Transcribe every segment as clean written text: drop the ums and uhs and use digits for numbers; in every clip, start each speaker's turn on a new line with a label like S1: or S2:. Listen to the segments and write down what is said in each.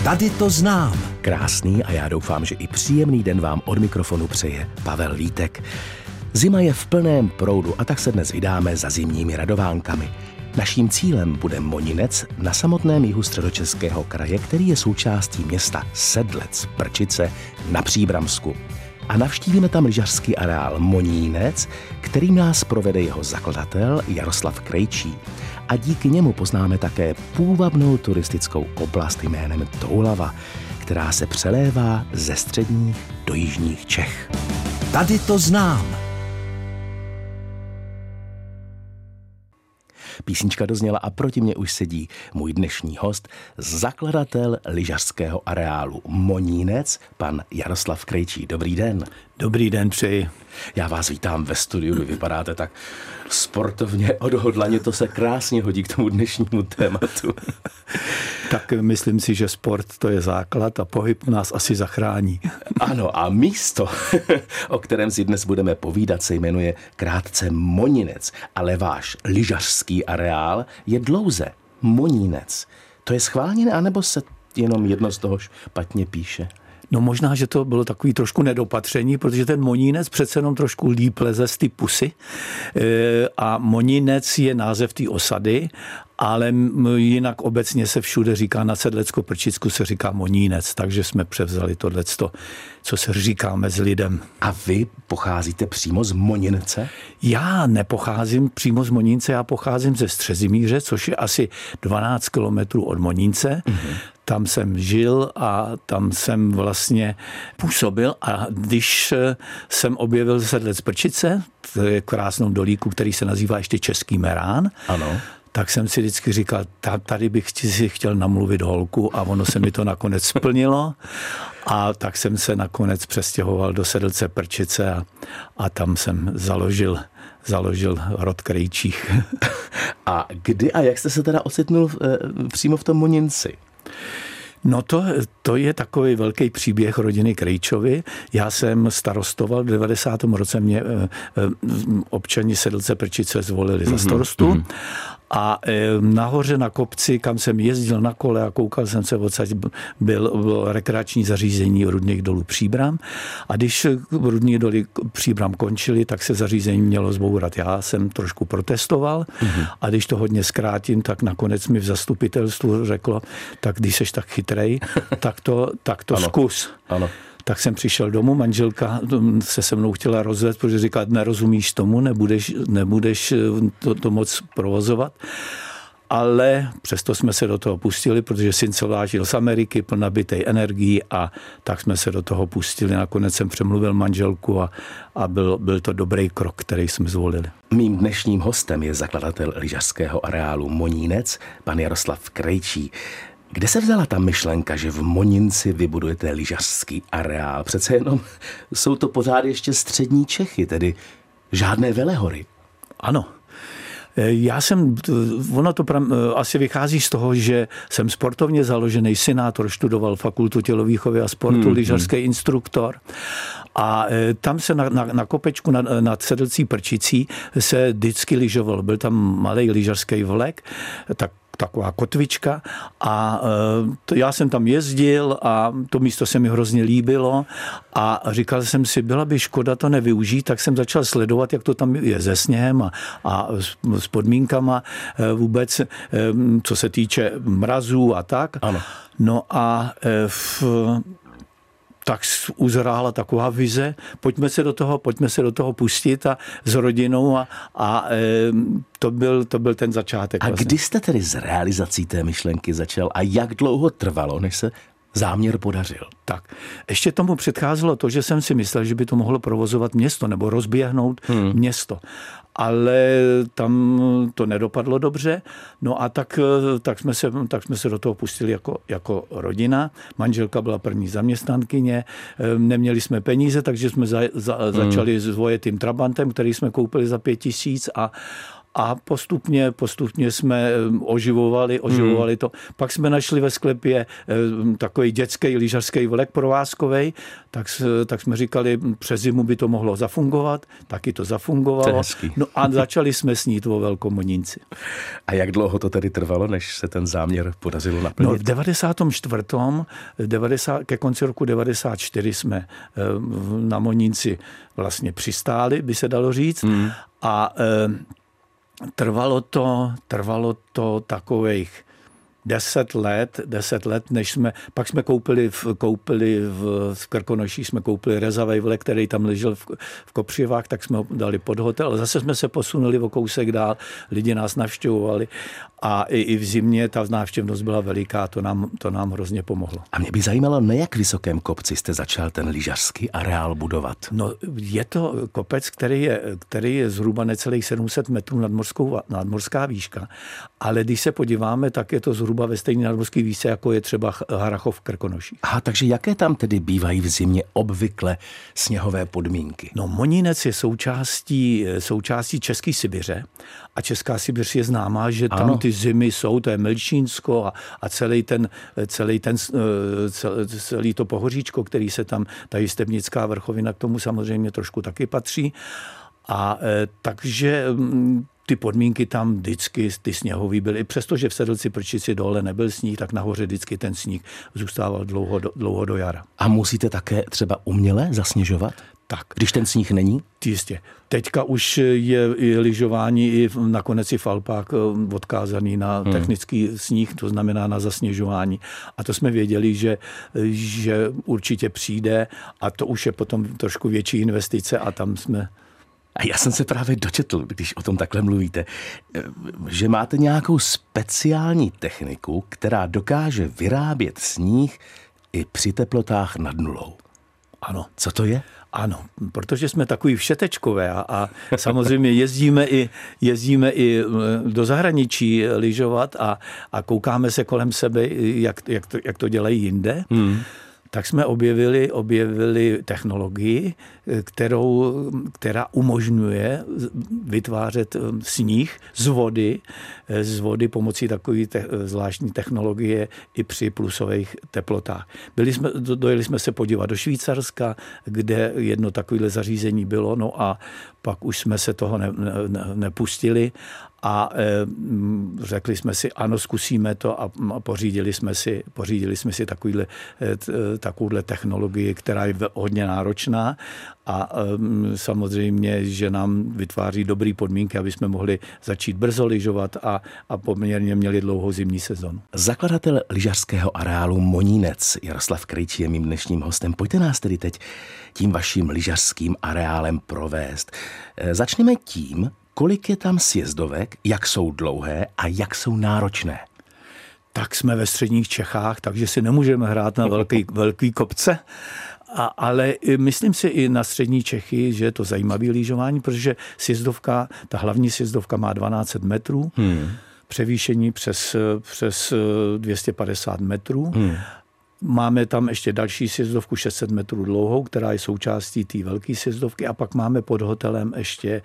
S1: Tady to znám.
S2: Krásný a já doufám, že i příjemný den vám od mikrofonu přeje Pavel Vítek. Zima je v plném proudu a tak se dnes vydáme za zimními radovánkami. Naším cílem bude Moninec na samotném jihu Středočeského kraje, který je součástí města Sedlec-Prčice na Příbramsku. A navštívíme tam lyžařský areál Monínec, který nás provede jeho zakladatel Jaroslav Krejčí. A díky němu poznáme také půvabnou turistickou oblast jménem Toulava, která se přelévá ze středních do jižních Čech.
S1: Tady to znám.
S2: Písnička dozněla a proti mě už sedí můj dnešní host, zakladatel lyžařského areálu Monínec, pan Jaroslav Krejčí. Dobrý den.
S3: Dobrý den, přeji.
S2: Já vás vítám ve studiu, vy vypadáte tak sportovně odhodlaně, to se krásně hodí k tomu dnešnímu tématu.
S3: Tak myslím si, že sport to je základ a pohyb nás asi zachrání.
S2: Ano, a místo, o kterém si dnes budeme povídat, se jmenuje krátce Moninec, ale váš lyžařský areál je dlouze Monínec. To je schválně, anebo se jenom jedno z toho špatně píše?
S3: No možná, že to bylo takový trošku nedopatření, protože ten Monínec přece jenom trošku líp leze z ty pusy a Monínec je název té osady, ale jinak obecně se všude říká, na Sedlecko-Prčicku se říká Monínec, takže jsme převzali tohleto, co se říká mezi lidem.
S2: A vy pocházíte přímo z Monince?
S3: Já nepocházím přímo z Monínce, já pocházím ze Střezimíře, což je asi 12 kilometrů od Monínce. Mm-hmm. Tam jsem žil a tam jsem vlastně působil a když jsem objevil Sedlec-Prčice, to je krásnou dolíku, který se nazývá ještě Český Merán,
S2: ano, tak
S3: jsem si vždycky říkal, tady bych si chtěl namluvit holku a ono se mi to nakonec splnilo a tak jsem se nakonec přestěhoval do Sedlce-Prčice a tam jsem založil rod Krejčích.
S2: A kdy a jak jste se teda ocitnul přímo v tom Moninci?
S3: No to je takový velký příběh rodiny Krejčovi. Já jsem starostoval v 90. roce, mě občani Sedlce-Prčice zvolili za starostu. A nahoře na kopci, kam jsem jezdil na kole a koukal jsem se, odsaď bylo rekreační zařízení Rudných dolů Příbram. A když Rudní doly Příbram končily, tak se zařízení mělo zbourat. Já jsem trošku protestoval a když to hodně zkrátím, tak nakonec mi v zastupitelstvu řeklo, tak když seš tak chytrej, tak to ano, zkus.
S2: Ano.
S3: Tak jsem přišel domů, manželka se mnou chtěla rozvést, protože říkala, nerozumíš tomu, nebudeš to moc provozovat. Ale přesto jsme se do toho pustili, protože syn se vlážil z Ameriky, pln nabitej energií a tak jsme se do toho pustili. Nakonec jsem přemluvil manželku a byl to dobrý krok, který jsme zvolili.
S2: Mým dnešním hostem je zakladatel lyžařského areálu Monínec, pan Jaroslav Krejčí. Kde se vzala ta myšlenka, že v Moninci vybudujete lyžařský areál? Přece jenom jsou to pořád ještě střední Čechy, tedy žádné velehory.
S3: Ano. Ono to asi vychází z toho, že jsem sportovně založený synátor, študoval fakultu tělovýchovy a sportu, lyžařský instruktor. A tam se na kopečku nad Sedlcí Prčicí se vždycky lyžoval. Byl tam malý lyžařský vlek, taková kotvička a já jsem tam jezdil a to místo se mi hrozně líbilo a říkal jsem si, byla by škoda to nevyužít, tak jsem začal sledovat, jak to tam je se sněhem a s podmínkama vůbec, co se týče mrazů a tak.
S2: Ano.
S3: No a tak uzrála taková vize, pojďme se do toho pustit a s rodinou a to byl ten začátek.
S2: A
S3: vlastně.
S2: kdy jste tedy s realizací té myšlenky začal a jak dlouho trvalo, než se záměr podařil?
S3: Tak, ještě tomu předcházelo to, že jsem si myslel, že by to mohlo provozovat město nebo rozběhnout město. Ale tam to nedopadlo dobře. No a tak jsme se do toho pustili jako rodina. Manželka byla první zaměstnankyně, neměli jsme peníze, takže jsme začali s vojetým Trabantem, který jsme koupili za 5 000 a postupně jsme oživovali to. Pak jsme našli ve sklepě takový dětský lyžařský vlek provázkovej, tak jsme říkali, přes zimu by to mohlo zafungovat, taky to zafungovalo. No a začali jsme snít o Velkomonínci.
S2: A jak dlouho to tedy trvalo, než se ten záměr podařilo naplnit?
S3: No v 94. Ke konci roku 94 jsme na Monínci vlastně přistáli, by se dalo říct. A trvalo to takových 10 let, než pak jsme koupili v Krkonoších, jsme koupili rezavej vlek, který tam ležel v Kopřivách, tak jsme ho dali pod hotel. Ale zase jsme se posunuli o kousek dál, lidi nás navštěvovali a i v zimě ta návštěvnost byla veliká, to nám hrozně pomohlo.
S2: A mě by zajímalo, na jak vysokém kopci jste začal ten lyžařský areál budovat?
S3: No, je to kopec, který je zhruba necelých 700 metrů nadmořská výška, ale když se podíváme, tak je to zhruba ve stejné nadmořské výšce, jako je třeba Harrachov v Krkonoších.
S2: Aha, takže jaké tam tedy bývají v zimě obvykle sněhové podmínky?
S3: No, Monínec je součástí České Sibiře a Česká Sibiř je známá, že tam ty zimy jsou, to je Melčínsko a celý to pohoříčko, který se tam, ta Jistebnická vrchovina k tomu samozřejmě trošku taky patří. A takže ty podmínky tam vždycky, ty sněhový byly. Přestože v Sedlci Prčici dole nebyl sníh, tak nahoře vždycky ten sníh zůstával dlouho do jara.
S2: A musíte také třeba uměle zasněžovat?
S3: Tak.
S2: Když ten sníh není?
S3: Jistě. Teďka už je i lyžování, i nakonec i v Alpách odkázaný na technický sníh, to znamená na zasněžování. A to jsme věděli, že určitě přijde a to už je potom trošku větší investice a tam jsme...
S2: A já jsem se právě dočetl, když o tom takhle mluvíte, že máte nějakou speciální techniku, která dokáže vyrábět sníh i při teplotách nad nulou.
S3: Ano.
S2: Co to je?
S3: Ano, protože jsme takový všetečkové a samozřejmě jezdíme i do zahraničí lyžovat a koukáme se kolem sebe, jak to dělají jinde. Tak jsme objevili technologii, která umožňuje vytvářet sníh z vody pomocí takové zvláštní technologie i při plusových teplotách. Dojeli jsme se podívat do Švýcarska, kde jedno takové zařízení bylo, no a pak už jsme se toho nepustili a řekli jsme si, ano, zkusíme to a pořídili jsme si takovouhle technologii, která je hodně náročná a samozřejmě, že nám vytváří dobré podmínky, aby jsme mohli začít brzo lyžovat a poměrně měli dlouhou zimní sezonu.
S2: Zakladatel lyžařského areálu Monínec Jaroslav Krejčí je mým dnešním hostem. Pojďte nás tedy teď tím vaším lyžařským areálem provést. Začneme tím, kolik je tam sjezdovek, jak jsou dlouhé a jak jsou náročné.
S3: Tak jsme ve středních Čechách, takže si nemůžeme hrát na velký kopce, ale myslím si i na střední Čechy, že je to zajímavé lyžování, protože ta hlavní sjezdovka má 1200 metrů, převýšení přes 250 metrů. Máme tam ještě další sjezdovku 600 metrů dlouhou, která je součástí té velké sjezdovky a pak máme pod hotelem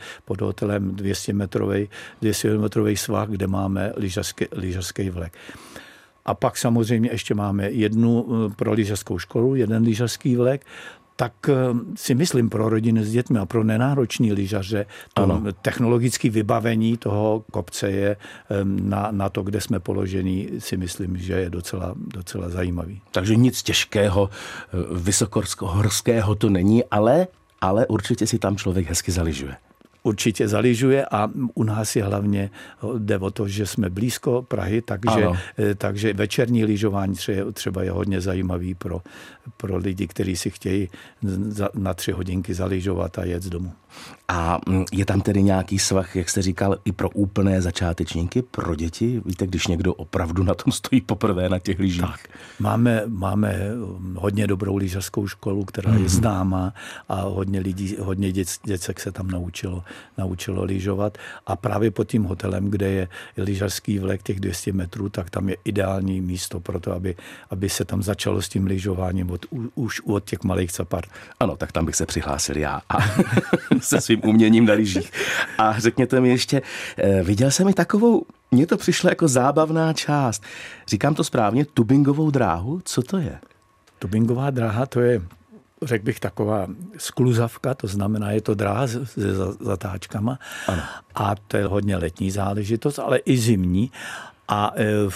S3: 200-metrový svah, kde máme lyžařský vlek. A pak samozřejmě ještě máme jednu pro lyžařskou školu, jeden lyžařský vlek. Tak si myslím pro rodiny s dětmi a pro nenáročný lyžaře to technologické vybavení toho kopce je na to, kde jsme položení, si myslím, že je docela zajímavý.
S2: Takže nic těžkého, vysokohorského to není, ale určitě si tam člověk hezky zalyžuje.
S3: Určitě zalyžuje a u nás je hlavně jde o to, že jsme blízko Prahy, takže večerní lyžování třeba je hodně zajímavý pro lidi, kteří si chtějí na 3 hodinky zalyžovat a jet z domu.
S2: A je tam tedy nějaký svah, jak jste říkal, i pro úplné začátečníky, pro děti? Víte, když někdo opravdu na tom stojí poprvé na těch lyžích?
S3: Tak, máme hodně dobrou lyžařskou školu, která je známá a hodně děcek se tam naučilo naučilo lyžovat. A právě pod tím hotelem, kde je lyžařský vlek těch 200 metrů, tak tam je ideální místo pro to, aby se tam začalo s tím lyžováním už od těch malých capart.
S2: Ano, tak tam bych se přihlásil já a se svým uměním na lyžích. A řekněte mi ještě, viděl jsem i takovou, mně to přišlo jako zábavná část. Říkám to správně, tubingovou dráhu? Co to je?
S3: Tubingová dráha, to je, řekl bych, taková skluzavka, to znamená, je to dráha se zatáčkama. Ano. A to je hodně letní záležitost, ale i zimní. A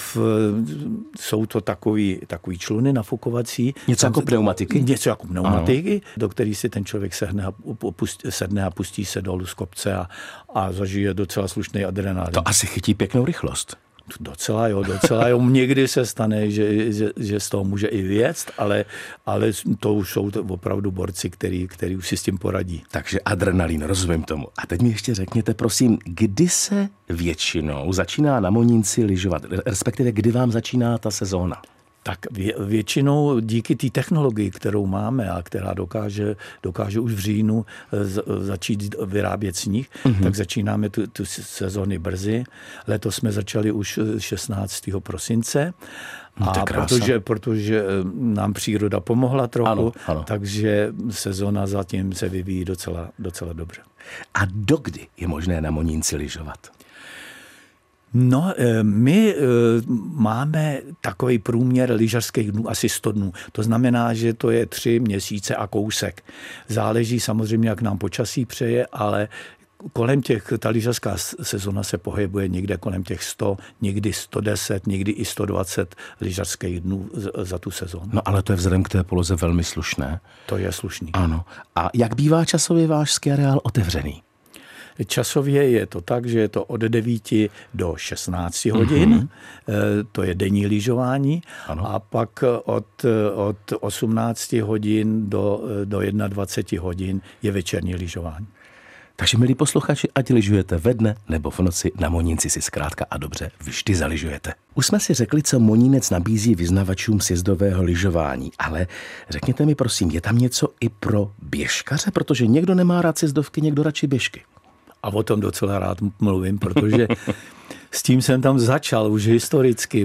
S3: jsou to takový čluny nafukovací.
S2: Něco jako pneumatiky?
S3: Něco jako pneumatiky, ano. Do který si ten člověk sedne a pustí se dolů z kopce a zažije docela slušný adrenalin.
S2: To asi chytí pěknou rychlost.
S3: Docela jo. Někdy se stane, že z toho může i vyjet, ale to už jsou opravdu borci, který už si s tím poradí.
S2: Takže adrenalin, rozumím tomu. A teď mi ještě řekněte, prosím, kdy se většinou začíná na Monínci lyžovat, respektive kdy vám začíná ta sezóna?
S3: Tak většinou díky té technologii, kterou máme a která dokáže už v říjnu začít vyrábět sníh, tak začínáme tu sezóny brzy. Letos jsme začali už 16. prosince. A protože nám příroda pomohla trochu, ano. Takže sezóna zatím se vyvíjí docela dobře.
S2: A dokdy je možné na Monínci lyžovat?
S3: No, my máme takový průměr lyžařských dnů asi 100 dnů. To znamená, že to je 3 měsíce a kousek. Záleží samozřejmě, jak nám počasí přeje, ale ta lyžařská sezona se pohybuje někde kolem těch 100, někdy 110, někdy i 120 lyžařských dnů za tu sezonu.
S2: No ale to je vzhledem k té poloze velmi slušné.
S3: To je slušný.
S2: Ano. A jak bývá časově váš ski areál otevřený?
S3: Časově je to tak, že je to od 9 do 16 hodin, to je denní lyžování, a pak od 18 hodin do 21 hodin je večerní lyžování.
S2: Takže, milí posluchači, ať lyžujete ve dne nebo v noci, na Monínci si zkrátka a dobře vždy zalyžujete. Už jsme si řekli, co Monínec nabízí vyznavačům sjezdového lyžování, ale řekněte mi prosím, je tam něco i pro běžkaře, protože někdo nemá rád sjezdovky, někdo radši běžky.
S3: A o tom docela rád mluvím, protože s tím jsem tam začal už historicky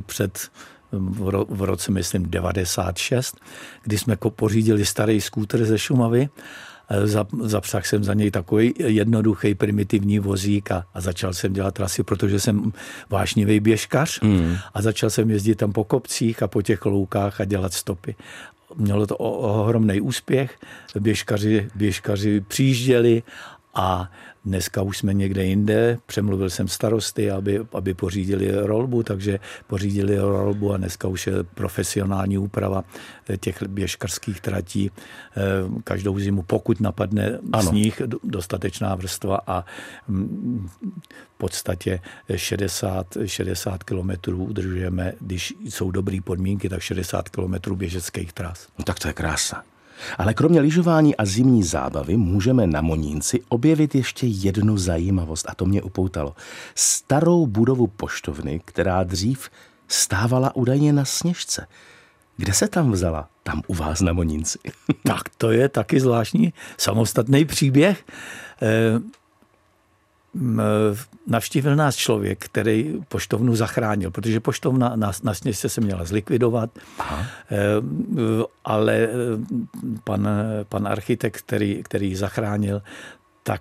S3: v roce, myslím, 96, kdy jsme pořídili starý skútr ze Šumavy. Zapřáhl jsem za něj takový jednoduchý primitivní vozík a začal jsem dělat trasy, protože jsem vášnivý běžkař a začal jsem jezdit tam po kopcích a po těch loukách a dělat stopy. Mělo to ohromný úspěch, běžkaři přijížděli a dneska už jsme někde jinde. Přemluvil jsem starosty, aby pořídili rolbu, takže pořídili rolbu a dneska už je profesionální úprava těch běžkařských tratí. Každou zimu, pokud napadne sníh, dostatečná vrstva a v podstatě 60 kilometrů udržujeme, když jsou dobrý podmínky, tak 60 kilometrů běžeckých tras.
S2: No tak to je krása. Ale kromě lyžování a zimní zábavy můžeme na Monínci objevit ještě jednu zajímavost a to mě upoutalo. Starou budovu poštovny, která dřív stávala údajně na Sněžce. Kde se tam vzala? Tam u vás na Monínci.
S3: Tak to je taky zvláštní samostatný příběh. Navštívil nás člověk, který poštovnu zachránil, protože poštovna na Sněžce se měla zlikvidovat, ale pan architekt, který ji zachránil, tak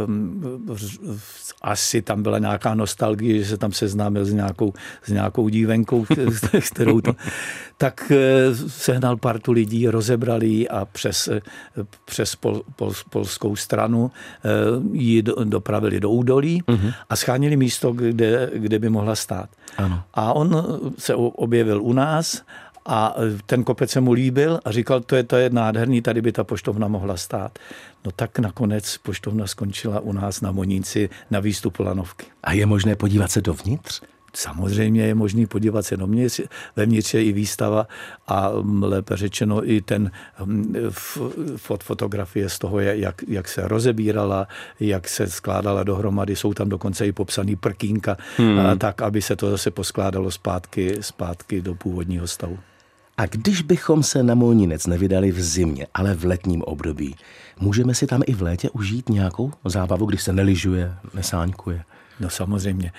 S3: asi tam byla nějaká nostalgie, že se tam seznámil s nějakou dívenkou, s kterou to... Tak sehnal partu lidí, rozebrali ji a přes polskou stranu ji dopravili do údolí a schánili místo, kde by mohla stát. Ano. A on se objevil u nás a ten kopec se mu líbil a říkal, to je nádherný, tady by ta poštovna mohla stát. No tak nakonec poštovna skončila u nás na Monínci na výstupu Lanovky.
S2: A je možné podívat se dovnitř?
S3: Samozřejmě je možné podívat se dovnitř. Vevnitř je i výstava a lépe řečeno i ten fotografie z toho, jak se rozebírala, jak se skládala dohromady. Jsou tam dokonce i popsaný prkínka, tak, aby se to zase poskládalo zpátky do původního stavu.
S2: A když bychom se na Moninec nevydali v zimě, ale v letním období, můžeme si tam i v létě užít nějakou zábavu, když se nelyžuje, nesáňkuje?
S3: No samozřejmě.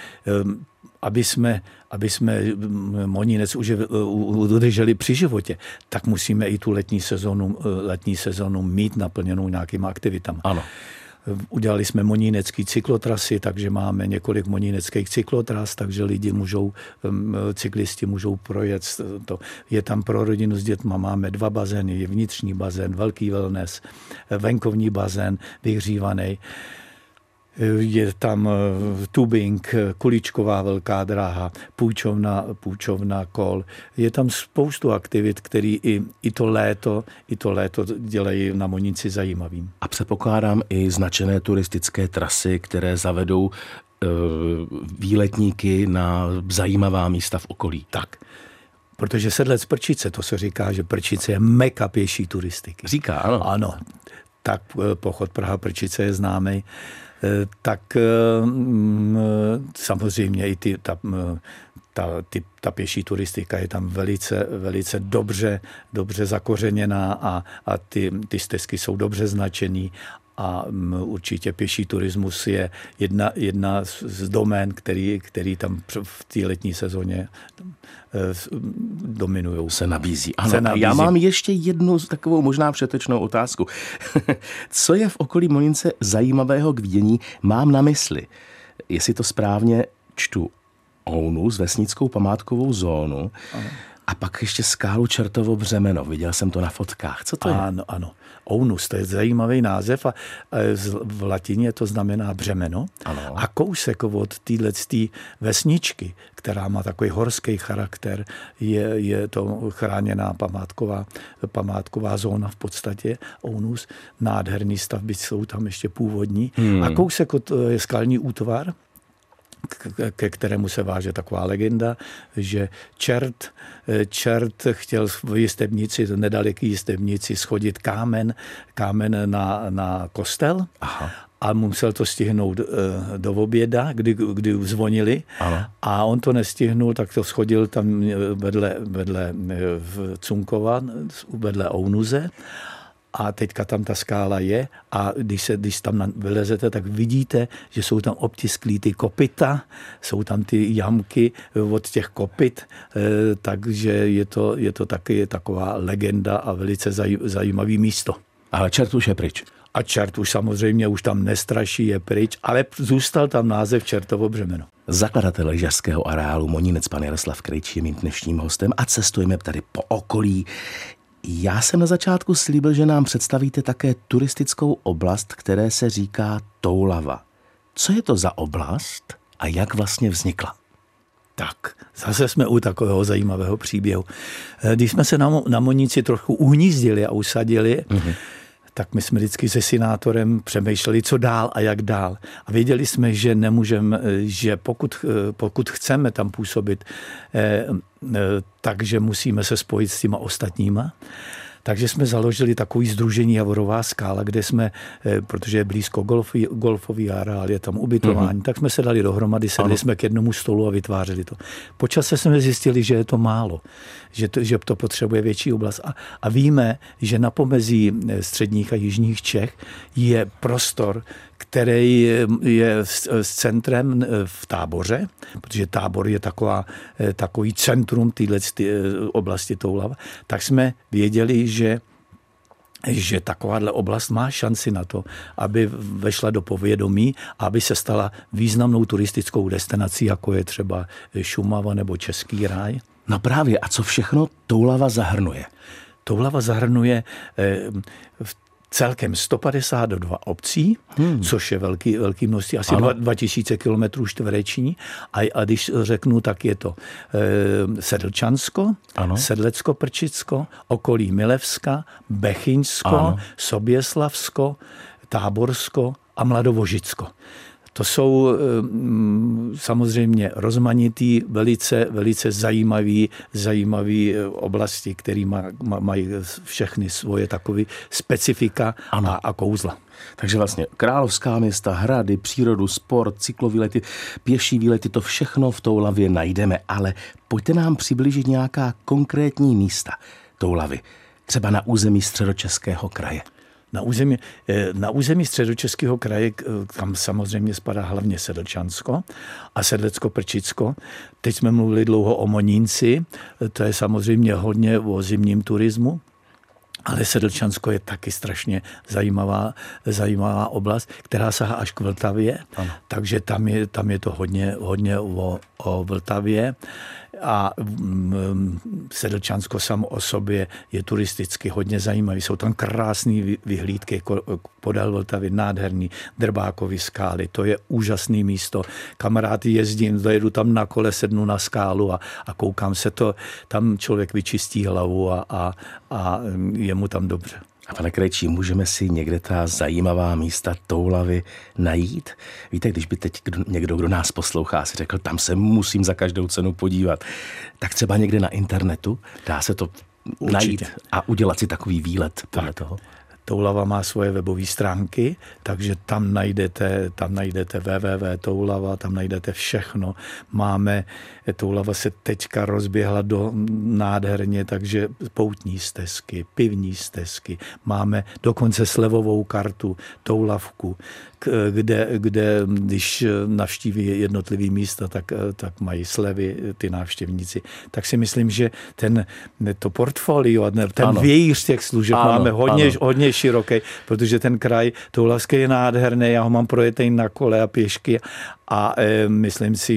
S3: Aby jsme Moninec udrželi při životě, tak musíme i tu letní sezonu mít naplněnou nějakýma aktivitami.
S2: Ano.
S3: Udělali jsme moninecký cyklotrasy, takže máme několik monineckých cyklotras, takže cyklisti můžou projet to. Je tam pro rodinu s dětma, máme 2 bazény, je vnitřní bazén, velký wellness, venkovní bazén, vyhřívaný. Je tam tubing, kuličková velká dráha, půjčovna kol. Je tam spoustu aktivit, které i to léto dělají na Moníci zajímavým.
S2: A předpokládám i značené turistické trasy, které zavedou výletníky na zajímavá místa v okolí.
S3: Tak. Protože Sedlec Prčice, to se říká, že Prčice je meka pěší turistiky.
S2: Říká, ano.
S3: Ano. Tak pochod Praha Prčice je známý. Tak samozřejmě i ta pěší turistika je tam velice dobře zakořeněná a ty stezky jsou dobře značený a určite pěší turismus je jedna z domén, který tam v té letní sezóně dominují.
S2: Se nabízí. Ano, a já mám ještě jednu takovou možná všetečnou otázku. Co je v okolí Monince zajímavého k vidění? Mám na mysli, jestli to správně čtu, Ounus, vesnickou památkovou zónu, ano. A pak ještě skálu Čertovo břemeno. Viděl jsem to na fotkách. Co to je?
S3: Ano. Ounus, to je zajímavý název a v latině to znamená břemeno. Ano. A kousek od této vesničky, která má takový horský charakter, je to chráněná památková zóna v podstatě. Ounus, nádherný stavby jsou tam ještě původní. A kousek je skalní útvar, ke kterému se váže taková legenda, že čert chtěl v Jistebnici, nedaleký Jistebnici, schodit kámen na kostel. Aha. A musel to stihnout do oběda, kdy zvonili. Aha. A on to nestihnul, tak to schodil tam vedle Cunkova, vedle Ounuze. A teďka tam ta skála je a když tam vylezete, tak vidíte, že jsou tam obtisklí ty kopyta, jsou tam ty jamky od těch kopyt, takže je to taky taková legenda a velice zajímavý místo.
S2: Ale čert už je pryč.
S3: A čert už samozřejmě už tam nestraší, je pryč, ale zůstal tam název Čertovo břemeno.
S2: Zakladatel lyžařského areálu Moninec, pan Jaroslav Krejčí, je mým dnešním hostem a cestujeme tady po okolí. Já jsem na začátku slíbil, že nám představíte také turistickou oblast, které se říká Toulava. Co je to za oblast a jak vlastně vznikla?
S3: Tak, zase jsme u takového zajímavého příběhu. Když jsme se na Moníci trochu uhnízdili a usadili, tak my jsme vždycky se senátorem přemýšleli, co dál a jak dál. A věděli jsme, že nemůžeme, že pokud chceme tam působit, takže musíme se spojit s těma ostatníma. Takže jsme založili takový sdružení Javorová skála, kde jsme, protože je blízko golfový areál, je tam ubytování, tak jsme se dali dohromady, sedli jsme k jednomu stolu a vytvářeli to. Po čase jsme zjistili, že je to málo, že to potřebuje větší oblast. A víme, že na pomezí středních a jižních Čech je prostor, který je s centrem v Táboře, protože Tábor je takový centrum téhle oblasti Toulava, tak jsme věděli, že takováhle oblast má šanci na to, aby vešla do povědomí a aby se stala významnou turistickou destinací, jako je třeba Šumava nebo Český ráj.
S2: No právě, a co všechno Toulava zahrnuje?
S3: Toulava zahrnuje celkem 152 obcí, což je velký množství, asi 2000 kilometrů čtvereční. A když řeknu, tak je to Sedlčansko, Sedlecko Prčicko, okolí Milevska, Bechyňsko, Soběslavsko, Táborsko a Mladovožicko. To jsou samozřejmě rozmanitý, velice zajímavý oblasti, které mají všechny svoje takové specifika a kouzla.
S2: Takže vlastně královská města, hrady, přírodu, sport, cyklovýlety, pěší výlety, to všechno v Toulavě najdeme, ale pojďte nám přiblížit nějaká konkrétní místa Toulavy, třeba na území Středočeského kraje.
S3: Na území Středočeského kraje, tam samozřejmě spadá hlavně Sedlčansko a Sedlecko-Prčicko. Teď jsme mluvili dlouho o Monínci, to je samozřejmě hodně o zimním turismu. Ale Sedlčansko je taky strašně zajímavá oblast, která sahá až k Vltavě, takže tam je to hodně o Vltavě. A Sedlčansko samo o sobě je turisticky hodně zajímavý. Jsou tam krásné vyhlídky podél Vltavy, nádherný Drbákovy skály. To je úžasné místo. Kamarády jezdím, dojedu tam na kole, sednu na skálu a koukám se to. Tam člověk vyčistí hlavu a je mu tam dobře.
S2: A pane Krejčí, můžeme si někde ta zajímavá místa Toulavy najít? Víte, když by teď někdo, kdo nás poslouchá, si řekl, tam se musím za každou cenu podívat, tak třeba někde na internetu dá se to najít a udělat si takový výlet podle toho?
S3: Toulava má svoje webové stránky, takže tam najdete www.toulava, tam najdete všechno. Toulava se teďka rozběhla nádherně, takže poutní stezky, pivní stezky. Máme dokonce slevovou kartu, Toulavku, kde když navštíví jednotlivý místa, tak mají slevy ty návštěvníci. Tak si myslím, že to portfolio, ten vějíř těch služeb máme hodně široký, protože ten kraj Toulavský je nádherný, já ho mám projetej na kole a pěšky a myslím si,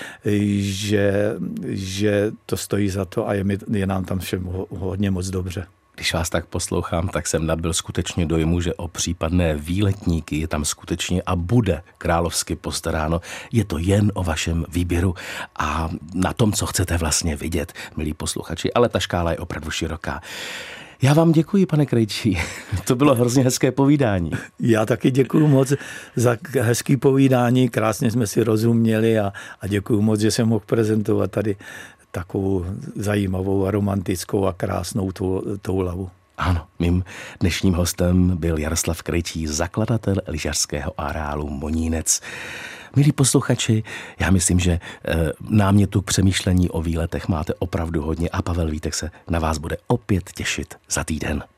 S3: že to stojí za to a je nám tam všem hodně moc dobře.
S2: Když vás tak poslouchám, tak jsem nabyl skutečně dojmu, že o případné výletníky je tam skutečně a bude královsky postaráno. Je to jen o vašem výběru a na tom, co chcete vlastně vidět, milí posluchači, ale ta škála je opravdu široká. Já vám děkuji, pane Krejčí. To bylo hrozně hezké povídání.
S3: Já taky děkuji moc za hezký povídání, krásně jsme si rozuměli a děkuji moc, že jsem mohl prezentovat tady takovou zajímavou a romantickou a krásnou Toulavu.
S2: Ano, mým dnešním hostem byl Jaroslav Krejčí, zakladatel lyžařského areálu Monínec. Milí posluchači, já myslím, že námětu k přemýšlení o výletech máte opravdu hodně a Pavel Vítek se na vás bude opět těšit za týden.